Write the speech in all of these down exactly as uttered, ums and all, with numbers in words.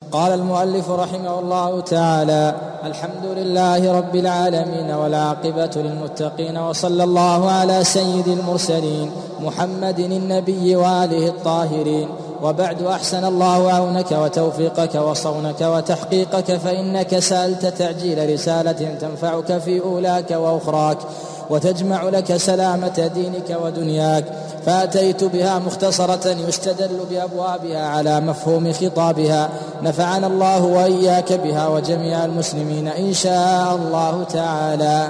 قال المؤلف رحمه الله تعالى: الحمد لله رب العالمين والعاقبة للمتقين، وصلى الله على سيد المرسلين محمد النبي وآله الطاهرين. وبعد، أحسن الله عونك وتوفيقك وصونك وتحقيقك، فإنك سألت تعجيل رسالة تنفعك في أولاك وأخراك وتجمع لك سلامة دينك ودنياك، فأتيت بها مختصرة يستدل بأبوابها على مفهوم خطابها. نفعنا الله وإياك بها وجميع المسلمين إن شاء الله تعالى.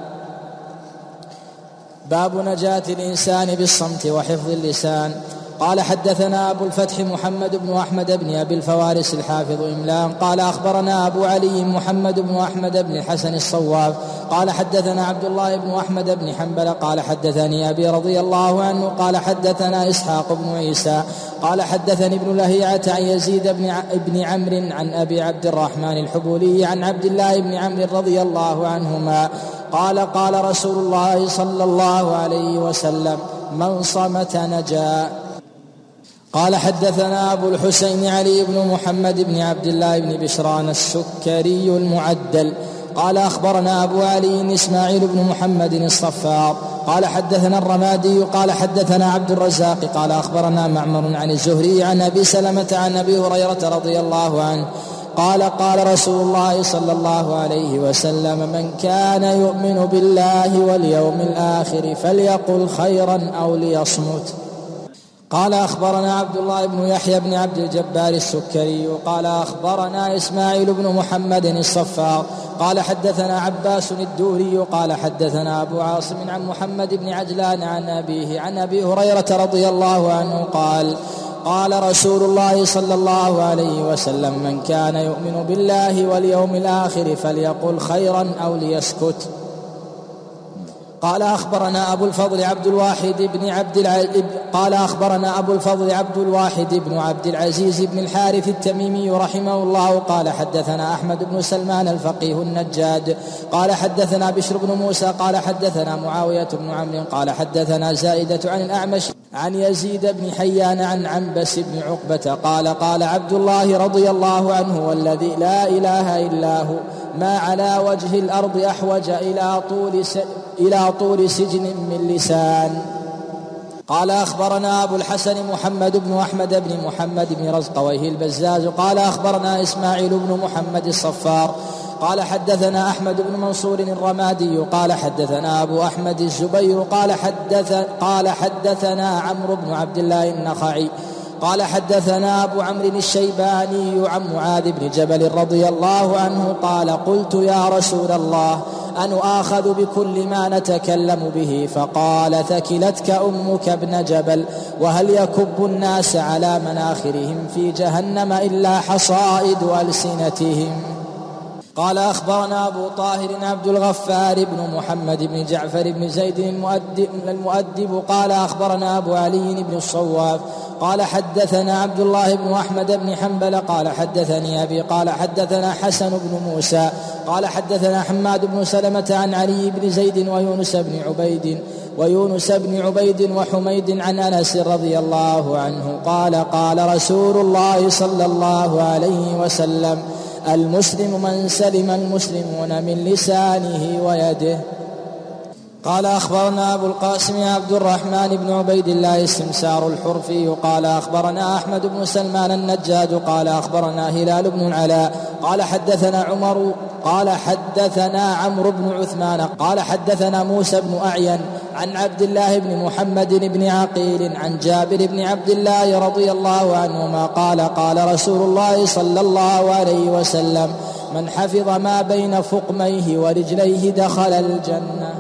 باب نجاة الإنسان بالصمت وحفظ اللسان. قال: حدثنا أبو الفتح محمد بن أحمد بن أبي الفوارس الحافظ إملاء. قال: أخبرنا أبو علي محمد بن أحمد بن الحسن الصواب. قال: حدثنا عبد الله بن أحمد بن حنبل. قال: حدثني أبي رضي الله عنه. قال: حدثنا إسحاق بن عيسى. قال: حدثني ابن لهيعة عن يزيد بن عمرو عن أبي عبد الرحمن الحبولي عن عبد الله بن عمرو رضي الله عنهما قال: قال رسول الله صلى الله عليه وسلم: من صمت نجا. قال: حدثنا أبو الحسين علي بن محمد بن عبد الله بن بشران السكري المعدل. قال: أخبرنا أبو علي إسماعيل بن محمد الصفار. قال: حدثنا الرمادي. قال: حدثنا عبد الرزاق. قال: أخبرنا معمر عن الزهري عن أبي سلمة عن أبي هريرة رضي الله عنه قال: قال رسول الله صلى الله عليه وسلم: من كان يؤمن بالله واليوم الآخر فليقل خيرا أو ليصمت. قال: أخبرنا عبد الله بن يحيى بن عبد الجبار السكري. قال: أخبرنا إسماعيل بن محمد الصفار. قال: حدثنا عباس الدوري. قال: حدثنا أبو عاصم عن محمد بن عجلان عن أبيه عن أبي هريرة رضي الله عنه قال: قال رسول الله صلى الله عليه وسلم: من كان يؤمن بالله واليوم الآخر فليقل خيرا أو ليسكت. قال: أخبرنا أبو الفضل عبد الواحد بن عبد الع... قال: أخبرنا أبو الفضل عبد الواحد بن عبد العزيز بن الحارث التميمي رحمه الله. قال: حدثنا أحمد بن سلمان الفقيه النجاد. قال: حدثنا بشر بن موسى. قال: حدثنا معاوية بن عمرو. قال: حدثنا زائدة عن الأعمش عن يزيد بن حيان عن عنبس بن عقبة قال: قال عبد الله رضي الله عنه: والذي لا إله إلا هو ما على وجه الأرض أحوج إلى طول س... إلى طول سجن من لسان. قال: أخبرنا أبو الحسن محمد بن أحمد بن محمد بن رزقويه البزاز. قال: أخبرنا إسماعيل بن محمد الصفار. قال: حدثنا أحمد بن منصور الرمادي. قال: حدثنا أبو أحمد الزبير. قال: حدث قال حدثنا عمرو بن عبد الله النخعي. قال: حدثنا أبو عمرو الشيباني عن معاذ بن جبل رضي الله عنه قال: قلت: يا رسول الله، أنؤاخذ بكل ما نتكلم به؟ فقال: ثكلتك أمك ابن جبل، وهل يكب الناس على مناخرهم في جهنم إلا حصائد ألسنتهم. قال: أخبرنا أبو طاهر عبد الغفار بن محمد بن جعفر بن زيد المؤدب, المؤدب قال: أخبرنا أبو علي بن الصواف. قال: حدثنا عبد الله بن أحمد بن حنبل. قال: حدثني أبي. قال: حدثنا حسن بن موسى. قال: حدثنا حماد بن سلمة عن علي بن زيد ويونس بن عبيد ويونس بن عبيد وحميد عن أنس رضي الله عنه قال: قال رسول الله صلى الله عليه وسلم: المسلم من سلم المسلمون من لسانه ويده. قال: أخبرنا أبو القاسم عبد الرحمن بن عبيد الله السمسار الحرفي. قال: أخبرنا أحمد بن سلمان النجاد. قال: أخبرنا هلال بن العلاء. قال: حدثنا عمر. قال: حدثنا عمرو بن عثمان. قال: حدثنا موسى بن أعين عن عبد الله بن محمد بن عقيل عن جابر بن عبد الله رضي الله عنهما قال: قال رسول الله صلى الله عليه وسلم: من حفظ ما بين فقميه ورجليه دخل الجنة.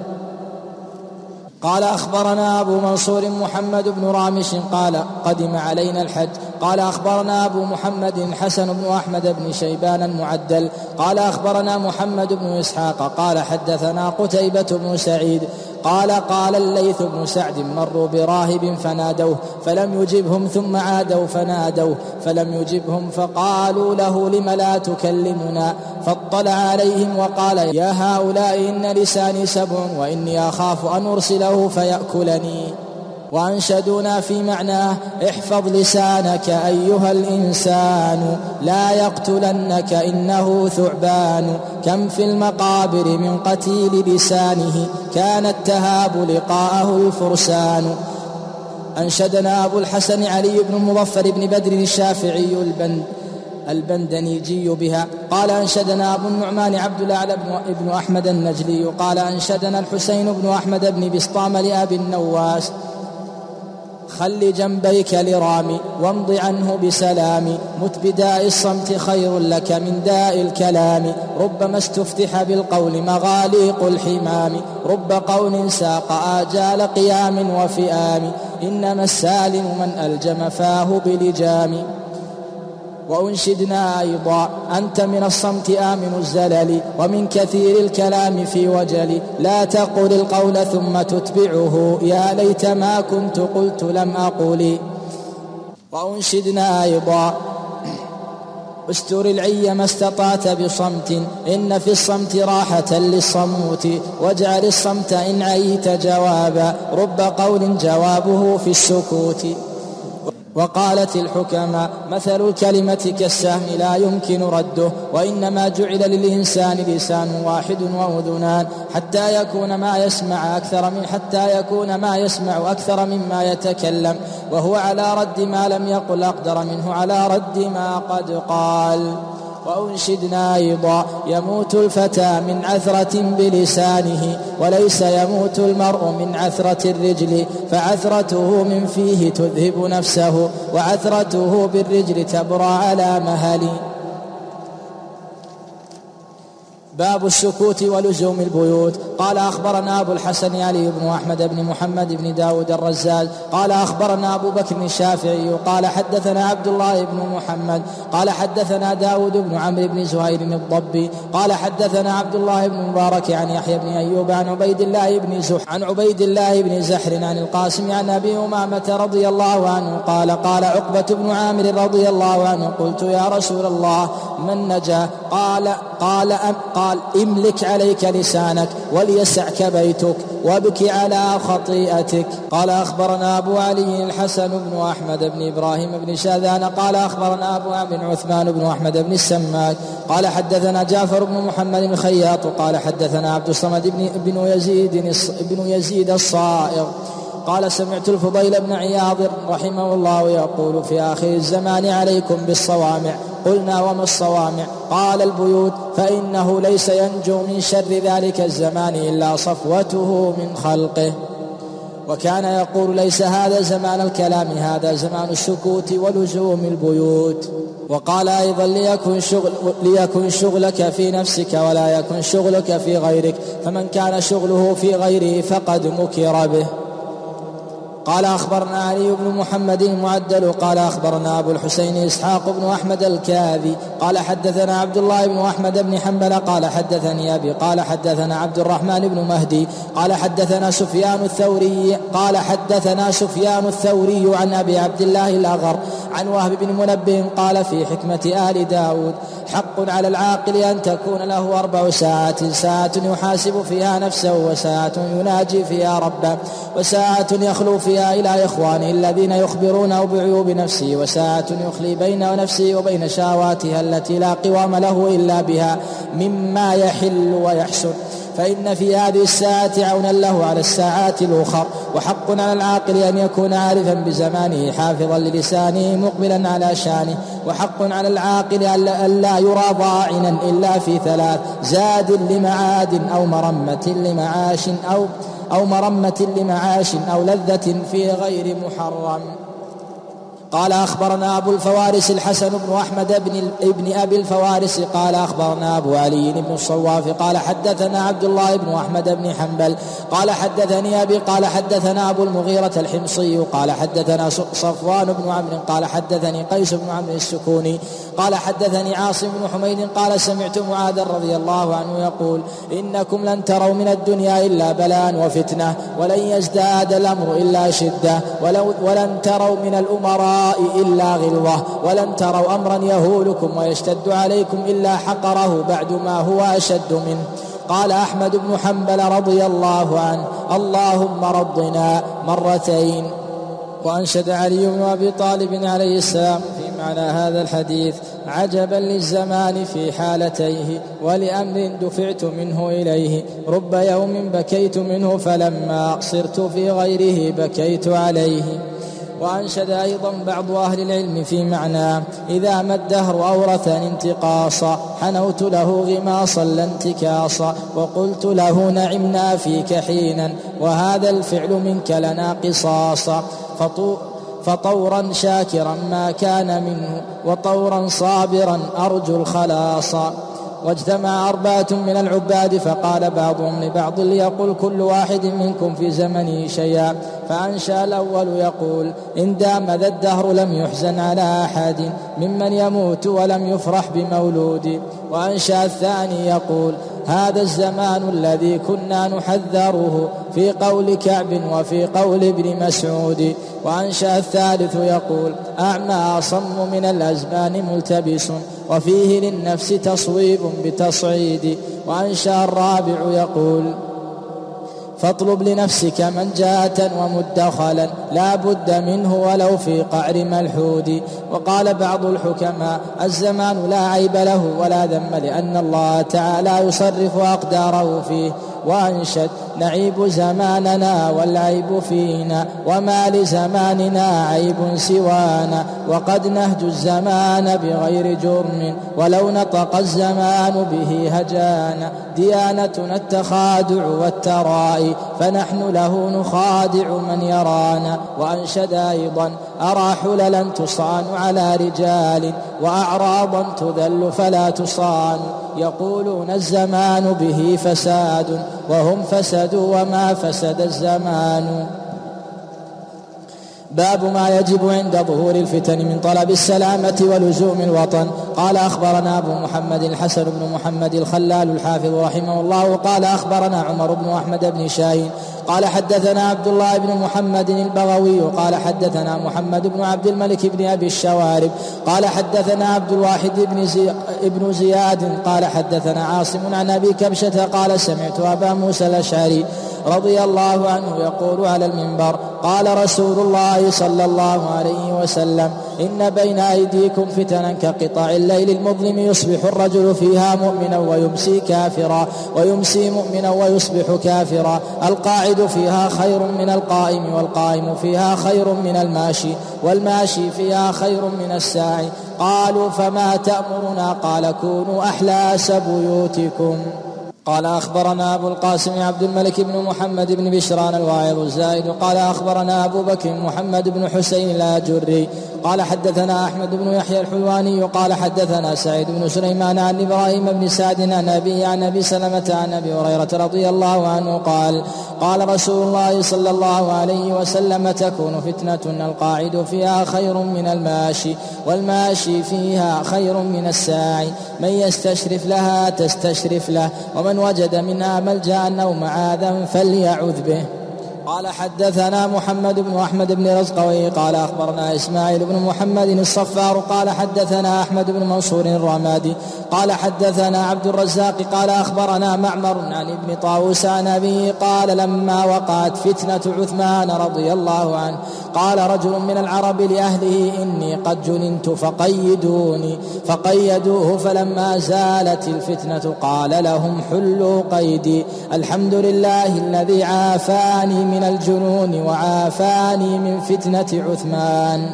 قال: أخبرنا أبو منصور محمد بن رامش قال: قدم علينا الحج. قال: أخبرنا أبو محمد الحسن بن أحمد بن شيبان المعدل. قال: أخبرنا محمد بن إسحاق. قال: حدثنا قتيبة بن سعيد. قال: قال الليث بن سعد: مروا براهب فنادوه فلم يجبهم، ثم عادوا فنادوه فلم يجبهم، فقالوا له: لم لا تكلمنا؟ فاطلع عليهم وقال: يا هؤلاء، إن لساني سبع، وإني أخاف أن أرسله فيأكلني. وأنشدونا في معناه: احفظ لسانك أيها الإنسان، لا يقتلنك إنه ثعبان. كم في المقابر من قتيل لسانه، كان التهاب لقاءه الفرسان. أنشدنا أبو الحسن علي بن المظفر بن بدر الشافعي البند البندنيجي بها. قال: أنشدنا أبو النعمان عبد الأعلى بن أحمد النجلي. قال: أنشدنا الحسين بن أحمد بن بسطام لأبي النواس: خل جنبيك لرامي وامض عنه بسلام، مت بداء الصمت خير لك من داء الكلام. ربما استفتح بالقول مغاليق الحمام، رب قول ساق آجال قيام وفئام. إنما السالم من ألجم فاه بلجام. وأنشدنا أيضا: أنت من الصمت آمن الزلل، ومن كثير الكلام في وجل. لا تقل القول ثم تتبعه، يا ليت ما كنت قلت لم أقل. وأنشدنا أيضا: استر العي ما استطعت بصمت، إن في الصمت راحة للصموت. واجعل الصمت إن عيت جوابا، رب قول جوابه في السكوت. وقالت الحكماء: مثل الكلمة كالسهم لا يمكن رده، وإنما جعل للإنسان لسان واحد وأذنان، حتى يكون ما يسمع أكثر من حتى يكون ما يسمع أكثر مما يتكلم، وهو على رد ما لم يقل أقدر منه على رد ما قد قال. وأنشدنا أيضا: يموت الفتى من عثرة بلسانه، وليس يموت المرء من عثرة الرجل، فعثرته من فيه تذهب نفسه، وعثرته بالرجل تبرى على مهل. باب السكوت ولزوم البيوت. قال: أخبرنا أبو الحسن علي بن أحمد بن محمد بن داود الرزاز قال: أخبرنا أبو بكر الشافعي قال: حدثنا عبد الله بن محمد قال: حدثنا داود بن عمرو بن زهير الضبي قال: حدثنا عبد الله بن مبارك عن يحيى بن أيوب عن عبيد الله بن زح عن عبيد الله بن زحر عن القاسم عن أبي أمامة رضي الله عنه قال: قال عقبة بن عامر رضي الله عنه: قلت يا رسول الله من نجا؟ قال قال أم قال: املك عليك لسانك وليسعك بيتك وابك على خطيئتك. قال: أخبرنا أبو علي الحسن بن أحمد بن إبراهيم بن شاذان قال: أخبرنا أبو عمرو عثمان بن أحمد بن السماك قال: حدثنا جعفر بن محمد الخياط قال: حدثنا عبد الصمد بن يزيد بن يزيد الصائغ قال: سمعت الفضيل بن عياض رحمه الله يقول: في آخر الزمان عليكم بالصوامع. قلنا: وما الصوامع؟ قال: البيوت، فإنه ليس ينجو من شر ذلك الزمان إلا صفوته من خلقه. وكان يقول: ليس هذا زمان الكلام، هذا زمان السكوت ولزوم البيوت. وقال أيضا: ليكن, شغل ليكن شغلك في نفسك ولا يكن شغلك في غيرك، فمن كان شغله في غيره فقد مكر به. قال: أخبرنا علي بن محمد المعدل قال: أخبرنا أبو الحسين إسحاق بن أحمد الكاذي قال: حدثنا عبد الله بن أحمد بن حنبل قال: حدثني أبي قال: حدثنا عبد الرحمن بن مهدي قال: حدثنا سفيان الثوري قال: حدثنا سفيان الثوري عن أبي عبد الله الأغر عن وهب بن منبه قال: في حكمة آل داود: حق على العاقل أن تكون له أربع ساعات: ساعة يحاسب فيها نفسه، وساعة يناجي فيها ربه، وساعة يخلو فيها إلى إخوانه الذين يخبرونه بعيوب نفسه، وساعة يخلي بين نفسه وبين شهواتها التي لا قوام له إلا بها مما يحل ويحسن، فإن في هذه الساعة عونا له على الساعات الأخر. وحق على العاقل أن يكون عارفا بزمانه حافظا للسانه مقبلا على شانه. وحق على العاقل أن لا يرى ضاعنا إلا في ثلاث: زاد لمعاد أو مرمة لمعاش أو أو مرمة لمعاش أو لذة في غير محرم. قال: أخبرنا أبو الفوارس الحسن بن أحمد بن, ابن أبي الفوارس قال: أخبرنا أبو علي بن الصواف قال: حدثنا عبد الله بن أحمد بن حنبل قال: حدثني أبي قال: حدثنا أبو المغيرة الحمصي قال: حدثنا صفوان بن عمرو قال: حدثني قيس بن عمرو السكوني قال: حدثني عاصم بن حميد قال: سمعت معاذ رضي الله عنه يقول: إنكم لن تروا من الدنيا إلا بلاء وفتنة، ولن يزداد الأمر إلا شدة، ولن تروا من الأمراء إلا غلظة، ولن تروا أمرا يهولكم ويشتد عليكم إلا حقره بعد ما هو أشد منه. قال أحمد بن حنبل رضي الله عنه: اللهم رضنا مرتين وأنشد علي بن أبي طالب عليه السلام في معنى هذا الحديث: عجبا للزمان في حالتيه ولأمر دفعت منه إليه، رب يوم بكيت منه فلما صرت في غيره بكيت عليه. وأنشد أيضا بعض أهل العلم في معناه: إذا ما الدهر أورثني انتقاصا حنوت له غماصا لا انتكاصا، وقلت له نعمنا فيك حينا وهذا الفعل منك لنا قصاصا، فطورا شاكرا ما كان منه وطورا صابرا أرجو الخلاص. واجتمع أربعة من العباد فقال بعضهم لبعض ليقول كل واحد منكم في زمنه شيئا، فأنشأ الأول يقول: إن دام ذا الدهر لم يحزن على أحد ممن يموت ولم يفرح بمولود. وأنشأ الثاني يقول: هذا الزمان الذي كنا نحذره في قول كعب وفي قول ابن مسعود. وأنشأ الثالث يقول: أعمى أصم من الأزمان ملتبس وفيه للنفس تصويب بتصعيد. وأنشأ الرابع يقول: فاطلب لنفسك منجاة ومدخلا لا بد منه ولو في قعر ملحود. وقال بعض الحكماء: الزمان لا عيب له ولا ذم لأن الله تعالى يصرف أقداره فيه. وأنشد: نعيب زماننا والعيب فينا وما لزماننا عيب سوانا، وقد نهج الزمان بغير جرم ولو نطق الزمان به هجانا، ديانتنا التخادع والترائي فنحن له نخادع من يرانا. وأنشد أيضا: أرى حللا تصان على رجال وأعراضا تذل فلا تصان، يقولون الزمان به فساد وهم فسدوا وما فسد الزمان. باب ما يجب عند ظهور الفتن من طلب السلامة ولزوم الوطن. قال أخبرنا أبو محمد الحسن بن محمد الخلال الحافظ رحمه الله قال أخبرنا عمر بن أحمد بن شاهين قال حدثنا عبد الله بن محمد البغوي قال حدثنا محمد بن عبد الملك بن أبي الشوارب قال حدثنا عبد الواحد بن, زي... بن زياد قال حدثنا عاصم عن أبي كبشة قال سمعت أبا موسى الأشعري رضي الله عنه يقول على المنبر: قال رسول الله صلى الله عليه وسلم: إن بين أيديكم فتنا كقطع الليل المظلم يصبح الرجل فيها مؤمنا ويمسي كافرا ويمسي مؤمنا ويصبح كافرا، القاعد فيها خير من القائم والقائم فيها خير من الماشي والماشي فيها خير من الساعي. قالوا: فما تأمرنا؟ قال: كونوا أحلاس بيوتكم. قال أخبرنا أبو القاسم عبد الملك بن محمد بن بشران الواعظ الزائد قال أخبرنا أبو بكر محمد بن حسين الآجري قال حدثنا أحمد بن يحيى الحلواني قال حدثنا سعيد بن سليمان عن إبراهيم بن سعد عن أبي عن أبي سلمة عن أبي هريرة رضي الله عنه قال: قال رسول الله صلى الله عليه وسلم: تكون فتنة القاعد فيها خير من الماشي والماشي فيها خير من الساعي، من يستشرف لها تستشرف له، ومن وجد منها ملجأ أو معاذا فليعذ به. قال حدثنا محمد بن أحمد بن رزقوي قال أخبرنا إسماعيل بن محمد الصفار قال حدثنا أحمد بن منصور الرمادي قال حدثنا عبد الرزاق قال أخبرنا معمر عن ابن طاووس عن أبيه قال: لما وقعت فتنة عثمان رضي الله عنه قال رجل من العرب لأهله: إني قد جننت فقيدوني، فقيدوه، فلما زالت الفتنة قال لهم: حلوا قيدي، الحمد لله الذي عافاني من الجنون وعافاني من فتنة عثمان.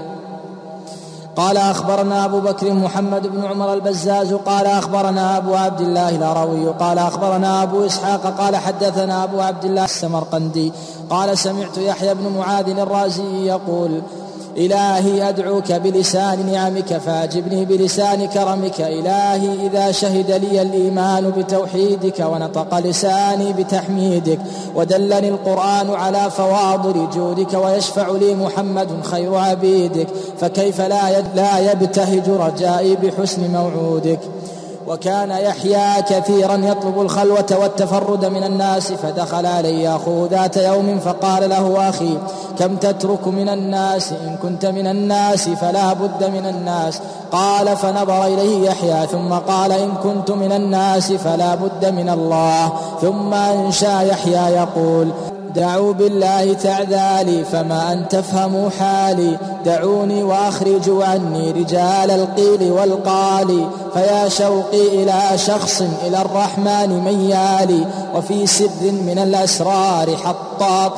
قال أخبرنا أبو بكر محمد بن عمر البزاز قال أخبرنا أبو عبد الله الهروي قال أخبرنا أبو إسحاق قال حدثنا أبو عبد الله السمرقندي قال: سمعت يحيى بن معاذ الرازي يقول: إلهي أدعوك بلسان نعمك فاجبني بلسان كرمك، إلهي إذا شهد لي الإيمان بتوحيدك ونطق لساني بتحميدك ودلني القرآن على فواضل جودك ويشفع لي محمد خير عبيدك، فكيف لا يبتهج رجائي بحسن موعودك. وكان يحيى كثيرا يطلب الخلوة والتفرد من الناس، فدخل علي أخوه ذات يوم فقال له: أخي، كم تترك من الناس؟ إن كنت من الناس فلا بد من الناس. قال: فنظر إليه يحيى ثم قال: إن كنت من الناس فلا بد من الله. ثم أنشأ يحيى يقول: دعوا بالله تعذالي فما أن تفهموا حالي دعوني وأخرجوا عني رجال القيل والقال فيا شوقي إلى شخص إلى الرحمن ميالي وفي سر من الأسرار حطاط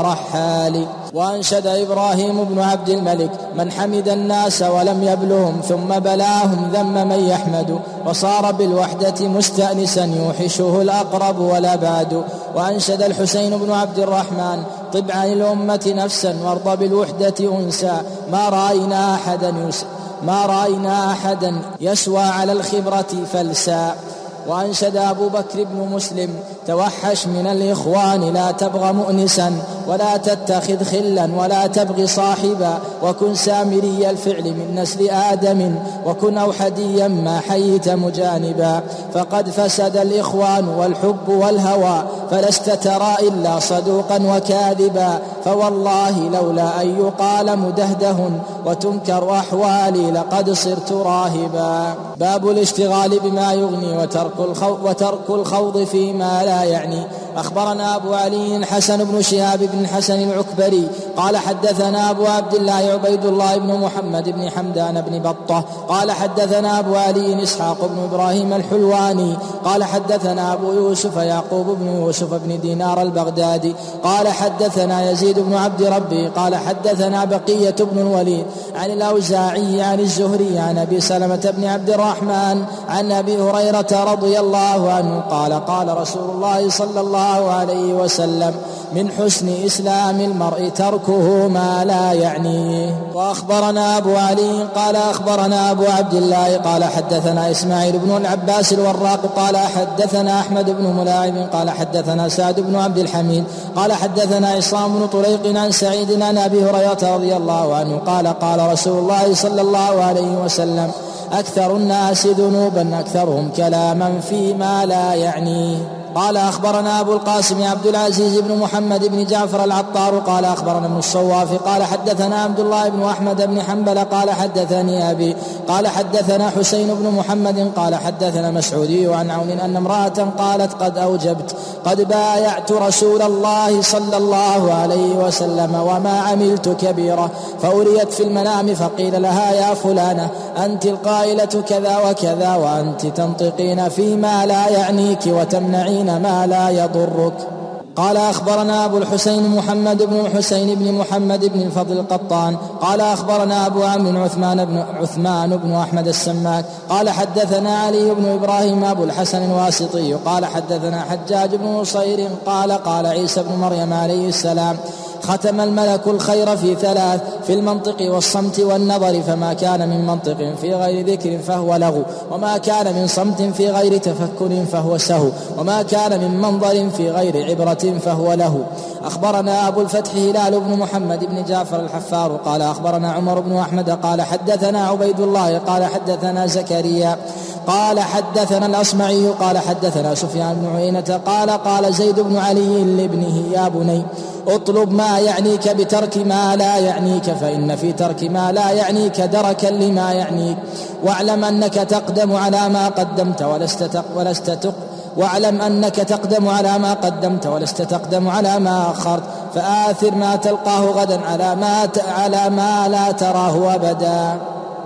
ورحال. وأنشد إبراهيم بن عبد الملك من حمد الناس ولم يبلهم ثم بلاهم ذم من يحمد وصار بالوحدة مستأنسا يوحشه الأقرب والأبعد. وأنشد الحسين بن عبد الرحمن طب عن الأمة نفسا وارض بالوحدة أنسا ما رأينا أحدا يس ما رأينا أحدا يسوى على الخبرة فلسا. وأنشد أبو بكر بن مسلم توحش من الإخوان لا تبغ مؤنسا ولا تتخذ خلا ولا تبغي صاحبا وكن سامري الفعل من نسل آدم وكن أوحديا ما حييت مجانبا فقد فسد الإخوان والحب والهوى فلست ترى إلا صدوقا وكاذبا فوالله لولا أن يقال مدهده وتنكر أحوالي لقد صرت راهبا. باب الاشتغال بما يغني وترك الخوض, وترك الخوض فيما لا يعني. أخبرنا أبو علي حسن بن شهاب بن حسن العكبري قال حدثنا أبو عبد الله عبيد الله بن محمد بن حمدان بن بطة قال حدثنا أبو علي إسحاق بن إبراهيم الحلواني قال حدثنا أبو يوسف يعقوب بن يوسف بن دينار البغدادي قال حدثنا يزيد بن عبد ربي قال حدثنا بقية بن الوليد عن الأوزاعي عن الزهري عن أبي سلمة بن عبد الرحمن عن أبي هريرة رضي الله عنه قال قال رسول الله صلى الله عليه وسلم من حسن إسلام المرء تركه ما لا يعنيه. وأخبرنا أبو علي قال أخبرنا أبو عبد الله قال حدثنا إسماعيل بن العباس الوراق قال حدثنا أحمد بن ملاعب قال حدثنا سعد بن عبد الحميد قال حدثنا عصام بن طريق عن سعيد عن أبي هريرة رضي الله عنه قال قال رسول الله صلى الله عليه وسلم أكثر الناس ذنوبا أكثرهم كلاما فيما لا يعنيه. قال أخبرنا أبو القاسم عبد العزيز بن محمد بن جعفر العطار قال أخبرنا ابن الصواف قال حدثنا عبد الله بن أحمد بن حنبل قال حدثني أبي قال حدثنا حسين بن محمد قال حدثنا مسعودي عن عون أن امرأة قالت قد أوجبت قد بايعت رسول الله صلى الله عليه وسلم وما عملت كبيرة فأريت في المنام فقيل لها يا فلانة أنت القائلة كذا وكذا وأنت تنطقين فيما لا يعنيك وتمنعين ما لا يضرك. قال أخبرنا أبو الحسين محمد بن الحسين بن محمد بن الفضل القطان قال أخبرنا أبو عمرو عثمان بن عثمان بن أحمد السماك قال حدثنا علي بن إبراهيم أبو الحسن الواسطي قال حدثنا حجاج بن نصير قال قال عيسى بن مريم عليه السلام ختم الملك الخير في ثلاث في المنطق والصمت والنظر فما كان من منطق في غير ذكر فهو لغو وما كان من صمت في غير تفكر فهو سهو وما كان من منظر في غير عبرة فهو له. أخبرنا أبو الفتح هلال بن محمد بن جعفر الحفار قال أخبرنا عمر بن أحمد قال حدثنا عبيد الله قال حدثنا زكريا قال حدثنا الأصمعي قال حدثنا سفيان بن عيينة قال قال زيد بن علي لابنه يا بني اطلب ما يعنيك بترك ما لا يعنيك فإن في ترك ما لا يعنيك دركا لما يعنيك واعلم أنك تقدم على ما قدمت ولست تق ولست تق واعلم أنك تقدم على ما قدمت ولست تقدم على ما أخرت فآثر ما تلقاه غدا على ما على ما لا تراه أبدا.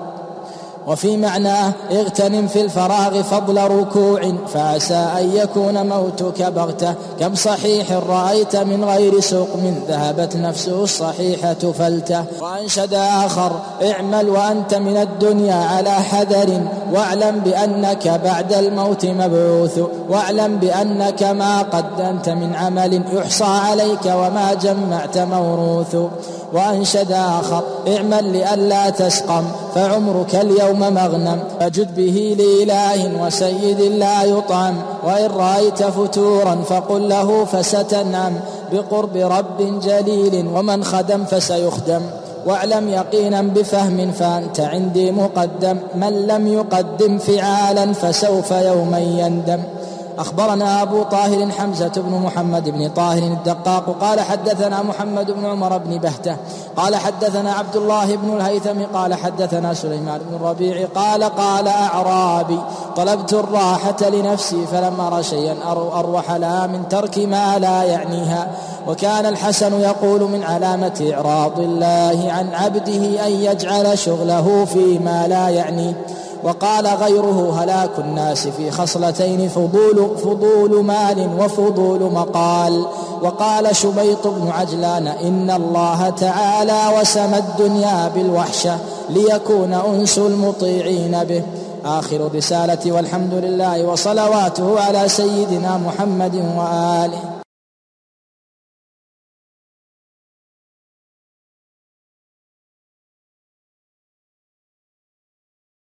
وفي معناه اغتنم في الفراغ فضل ركوع فعسى أن يكون موتك بغتة كم صحيح رأيت من غير سقم ذهبت نفسه الصحيحة فلته. وأنشد آخر اعمل وأنت من الدنيا على حذر واعلم بأنك بعد الموت مبعوث واعلم بأنك ما قدمت من عمل يحصى عليك وما جمعت موروث. وأنشد آخر اعمل لئلا تسقم فعمرك اليوم مغنم فجد به لإله وسيد لا يطعم وإن رأيت فتورا فقل له فستنعم بقرب رب جليل ومن خدم فسيخدم واعلم يقينا بفهم فأنت عندي مقدم من لم يقدم فعالا فسوف يوما يندم. أخبرنا أبو طاهر حمزة بن محمد بن طاهر الدقاق قال حدثنا محمد بن عمر بن بهته قال حدثنا عبد الله بن الهيثم قال حدثنا سليمان بن الربيع قال قال أعرابي طلبت الراحة لنفسي فلم أرى شيئا أروح لها من ترك ما لا يعنيها. وكان الحسن يقول من علامة إعراض الله عن عبده أن يجعل شغله فيما لا يعنيه. وقال غيره هلاك الناس في خصلتين فضول, فضول مال وفضول مقال. وقال شبيط بن عجلان إن الله تعالى وسم الدنيا بالوحشة ليكون أنس المطيعين به. آخر الرسالة والحمد لله وصلواته على سيدنا محمد وآله.